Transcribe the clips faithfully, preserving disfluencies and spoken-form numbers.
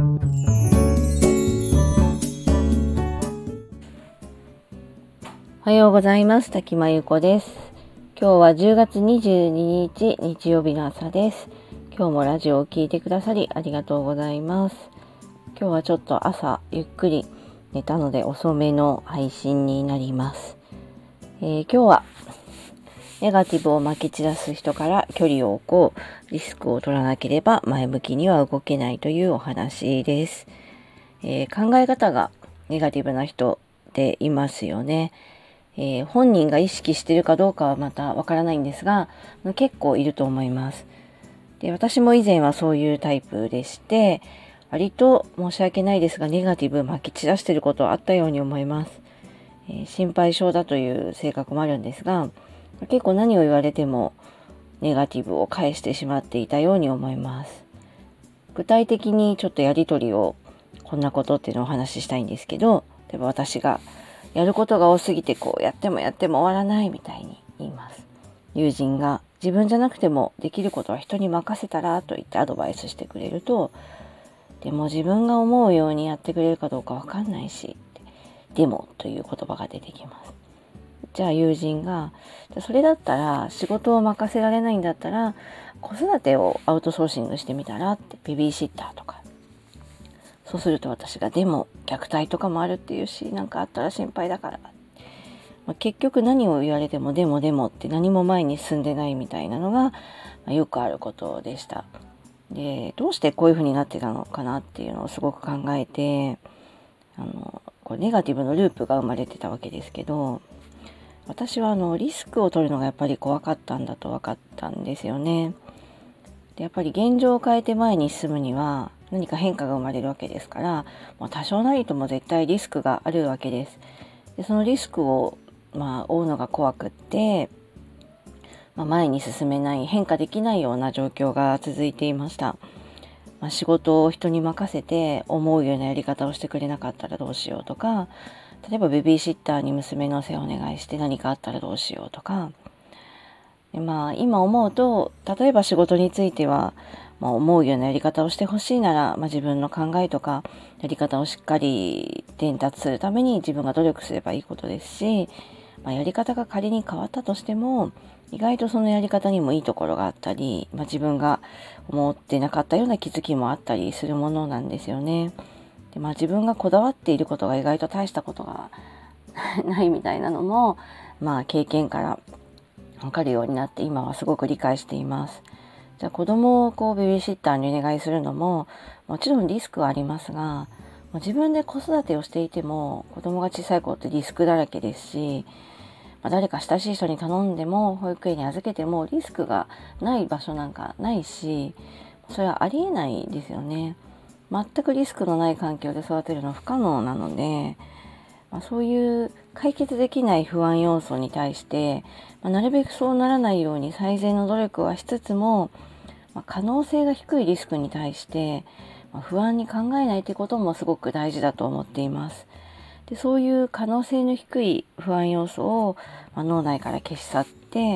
おはようございます。滝間由子です。今日はじゅうがつにじゅうににち日曜日の朝です。今日もラジオを聞いてくださりありがとうございます。今日はちょっと朝ゆっくり寝たので遅めの配信になります。えー、今日はネガティブをまき散らす人から距離を置こう、リスクを取らなければ前向きには動けないというお話です。えー、考え方がネガティブな人っていますよね。えー、本人が意識しているかどうかはまたわからないんですが、結構いると思います。で、私も以前はそういうタイプでして、割と申し訳ないですがネガティブまき散らしていることはあったように思います。えー、心配性だという性格もあるんですが、結構何を言われてもネガティブを返してしまっていたように思います。具体的にちょっとやりとりをこんなことっていうのをお話ししたいんですけど、例えば私がやることが多すぎてこうやってもやっても終わらないみたいに言います。友人が自分じゃなくてもできることは人に任せたらと言ってアドバイスしてくれると、でも自分が思うようにやってくれるかどうかわかんないし、でもという言葉が出てきます。じゃあ友人が、それだったら仕事を任せられないんだったら子育てをアウトソーシングしてみたらって、ベビーシッターとか。そうすると私がでも虐待とかもあるっていうし、なんかあったら心配だから、まあ、結局何を言われてもでもでもって何も前に進んでないみたいなのが、まあ、よくあることでした。で、どうしてこういう風になってたのかなっていうのをすごく考えて、あのこうネガティブのループが生まれてたわけですけど、私はあのリスクを取るのがやっぱり怖かったんだと分かったんですよね。でやっぱり現状を変えて前に進むには何か変化が生まれるわけですから、もう多少なりとも絶対リスクがあるわけです。でそのリスクを、まあ、負うのが怖くって、まあ、前に進めない、変化できないような状況が続いていました。まあ、仕事を人に任せて思うようなやり方をしてくれなかったらどうしようとか、例えばベビーシッターに娘の世話をお願いして何かあったらどうしようとか、でまあ、今思うと、例えば仕事については、まあ、思うようなやり方をしてほしいなら、まあ、自分の考えとかやり方をしっかり伝達するために自分が努力すればいいことですし、まあ、やり方が仮に変わったとしても意外とそのやり方にもいいところがあったり、まあ、自分が思ってなかったような気づきもあったりするものなんですよね。で、まあ、自分がこだわっていることが意外と大したことがないみたいなのも、まあ、経験から分かるようになって今はすごく理解しています。じゃあ子供をこうベビーシッターにお願いするのももちろんリスクはありますが、自分で子育てをしていても子供が小さい子ってリスクだらけですし、まあ、誰か親しい人に頼んでも保育園に預けてもリスクがない場所なんかないし、それはありえないですよね。全くリスクのない環境で育てるのは不可能なので、まあ、そういう解決できない不安要素に対して、まあ、なるべくそうならないように最善の努力はしつつも、まあ、可能性が低いリスクに対して、まあ、不安に考えないということもすごく大事だと思っています。で、そういう可能性の低い不安要素を、まあ、脳内から消し去って、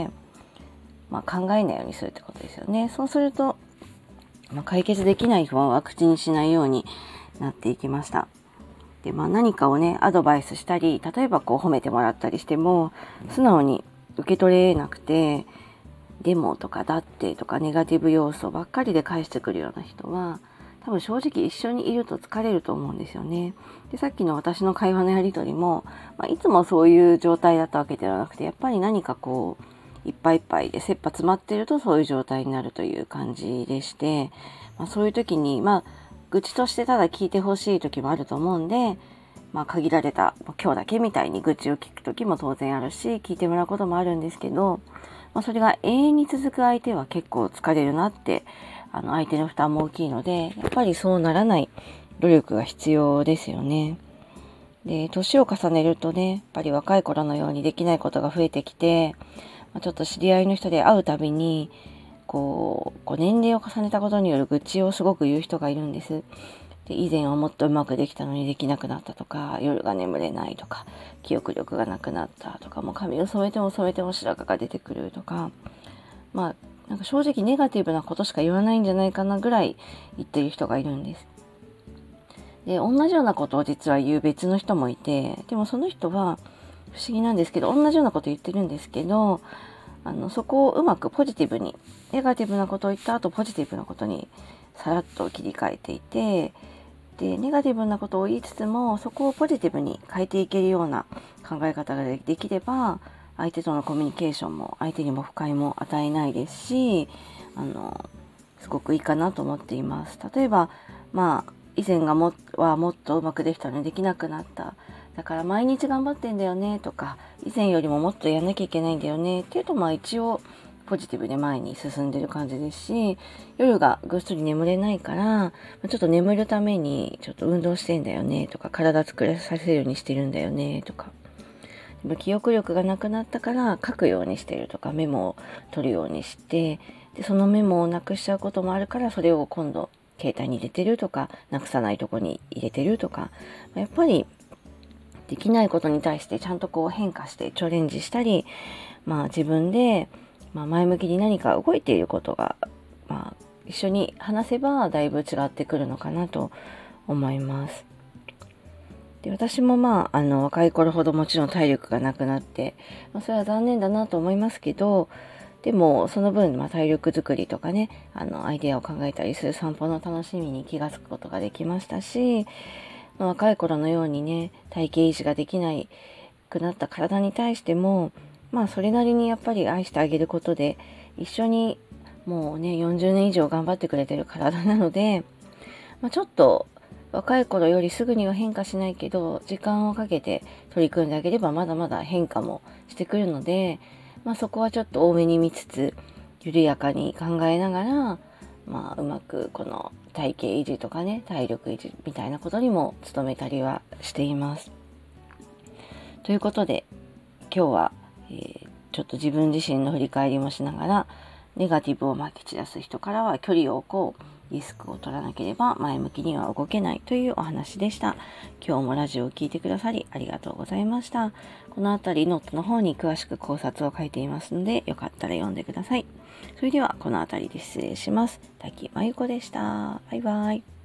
まあ、考えないようにするってことですよね。そうすると、まあ、解決できない不安は口にしないようになっていきました。で、まあ、何かをねアドバイスしたり、例えばこう褒めてもらったりしても素直に受け取れなくて、でもとかだってとかネガティブ要素ばっかりで返してくるような人は多分正直一緒にいると疲れると思うんですよね。で、さっきの私の会話のやりとりも、まあ、いつもそういう状態だったわけではなくて、やっぱり何かこういっぱいいっぱいで切羽詰まっているとそういう状態になるという感じでして、まあ、そういう時にまあ愚痴としてただ聞いてほしい時もあると思うんで、まあ、限られた今日だけみたいに愚痴を聞く時も当然あるし、聞いてもらうこともあるんですけど、まあ、それが永遠に続く相手は結構疲れるなって、あの相手の負担も大きいので、やっぱりそうならない努力が必要ですよね。で、年を重ねるとね、やっぱり若い頃のようにできないことが増えてきて、まあ、ちょっと知り合いの人で会うたびにこう、こう年齢を重ねたことによる愚痴をすごく言う人がいるんです。で、以前はもっとうまくできたのにできなくなったとか、夜が眠れないとか、記憶力がなくなったとか、もう髪を染めても染めても白髪が出てくるとか、まあなんか正直ネガティブなことしか言わないんじゃないかなぐらい言ってる人がいるんです。 で、同じようなことを実は言う別の人もいて、でもその人は不思議なんですけど、同じようなこと言ってるんですけど、あのそこをうまくポジティブに、ネガティブなことを言った後ポジティブなことにさらっと切り替えていて、でネガティブなことを言いつつもそこをポジティブに変えていけるような考え方ができれば、相手とのコミュニケーションも相手にも不快も与えないですし、あのすごくいいかなと思っています。例えば、まあ以前がもはもっとうまくできたのにできなくなった。だから毎日頑張ってんだよねとか、以前よりももっとやんなきゃいけないんだよねっていうと、まあ一応ポジティブで前に進んでる感じですし、夜がぐっすり眠れないから、ちょっと眠るためにちょっと運動してんだよねとか、体作らさせるようにしてるんだよねとか、でも記憶力がなくなったから書くようにしてるとか、メモを取るようにして、でそのメモをなくしちゃうこともあるから、それを今度携帯に入れてるとか、なくさないとこに入れてるとか、やっぱりできないことに対してちゃんとこう変化してチャレンジしたり、まあ自分で、まあ、前向きに何か動いていることが、まあ、一緒に話せばだいぶ違ってくるのかなと思います。で、私もまあ、あの若い頃ほどもちろん体力がなくなって、まあ、それは残念だなと思いますけど、でもその分、まあ、体力づくりとかね、あのアイデアを考えたりする散歩の楽しみに気がつくことができましたし、まあ、若い頃のようにね、体型維持ができないくなった体に対しても、まあそれなりにやっぱり愛してあげることで、一緒にもうねよんじゅうねん以上頑張ってくれてる体なので、まあ、ちょっと若い頃よりすぐには変化しないけど、時間をかけて取り組んであげればまだまだ変化もしてくるので、まあ、そこはちょっと多めに見つつ、緩やかに考えながら、まあ、うまくこの体型維持とかね、体力維持みたいなことにも努めたりはしています。ということで、今日は、えー、ちょっと自分自身の振り返りもしながら、ネガティブをまき散らす人からは距離を置こう、リスクを取らなければ前向きには動けないというお話でした。今日もラジオを聞いてくださりありがとうございました。このあたりノートの方に詳しく考察を書いていますので、よかったら読んでください。それではこのあたりで失礼します。滝真由子でした。バイバイ。